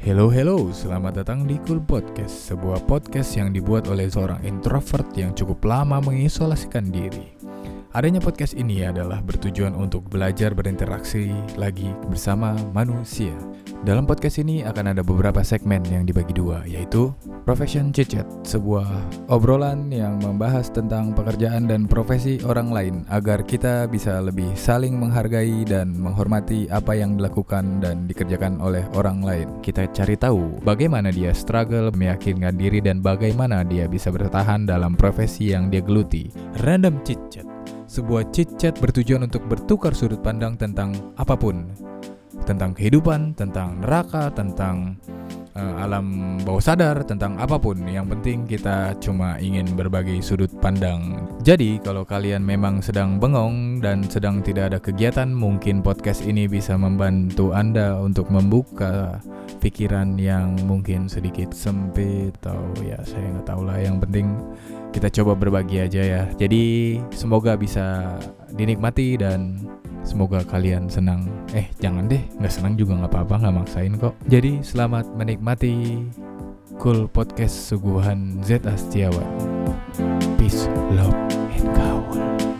Hello, selamat datang di Cool Podcast, sebuah podcast yang dibuat oleh seorang introvert yang cukup lama mengisolasikan diri. Adanya podcast ini adalah bertujuan untuk belajar berinteraksi lagi bersama manusia. Dalam podcast ini akan ada beberapa segmen yang dibagi dua, yaitu Profession Chit-Chat, sebuah obrolan yang membahas tentang pekerjaan dan profesi orang lain agar kita bisa lebih saling menghargai dan menghormati apa yang dilakukan dan dikerjakan oleh orang lain. Kita cari tahu bagaimana dia struggle, meyakinkan diri, dan bagaimana dia bisa bertahan dalam profesi yang dia geluti. Random Chit-Chat, sebuah chit-chat bertujuan untuk bertukar sudut pandang tentang apapun, tentang kehidupan, tentang neraka, tentang alam bawah sadar, tentang apapun. Yang penting kita cuma ingin berbagi sudut pandang. Jadi kalau kalian memang sedang bengong dan sedang tidak ada kegiatan, mungkin podcast ini bisa membantu Anda untuk membuka pikiran yang mungkin sedikit sempit, atau ya saya nggak tahu lah. Yang penting kita coba berbagi aja ya. Jadi semoga bisa dinikmati dan semoga kalian senang. Jangan deh, gak senang juga gak apa-apa, gak maksain kok. Jadi selamat menikmati Cool Podcast suguhan Z Astiawan. Peace, love, and kawan.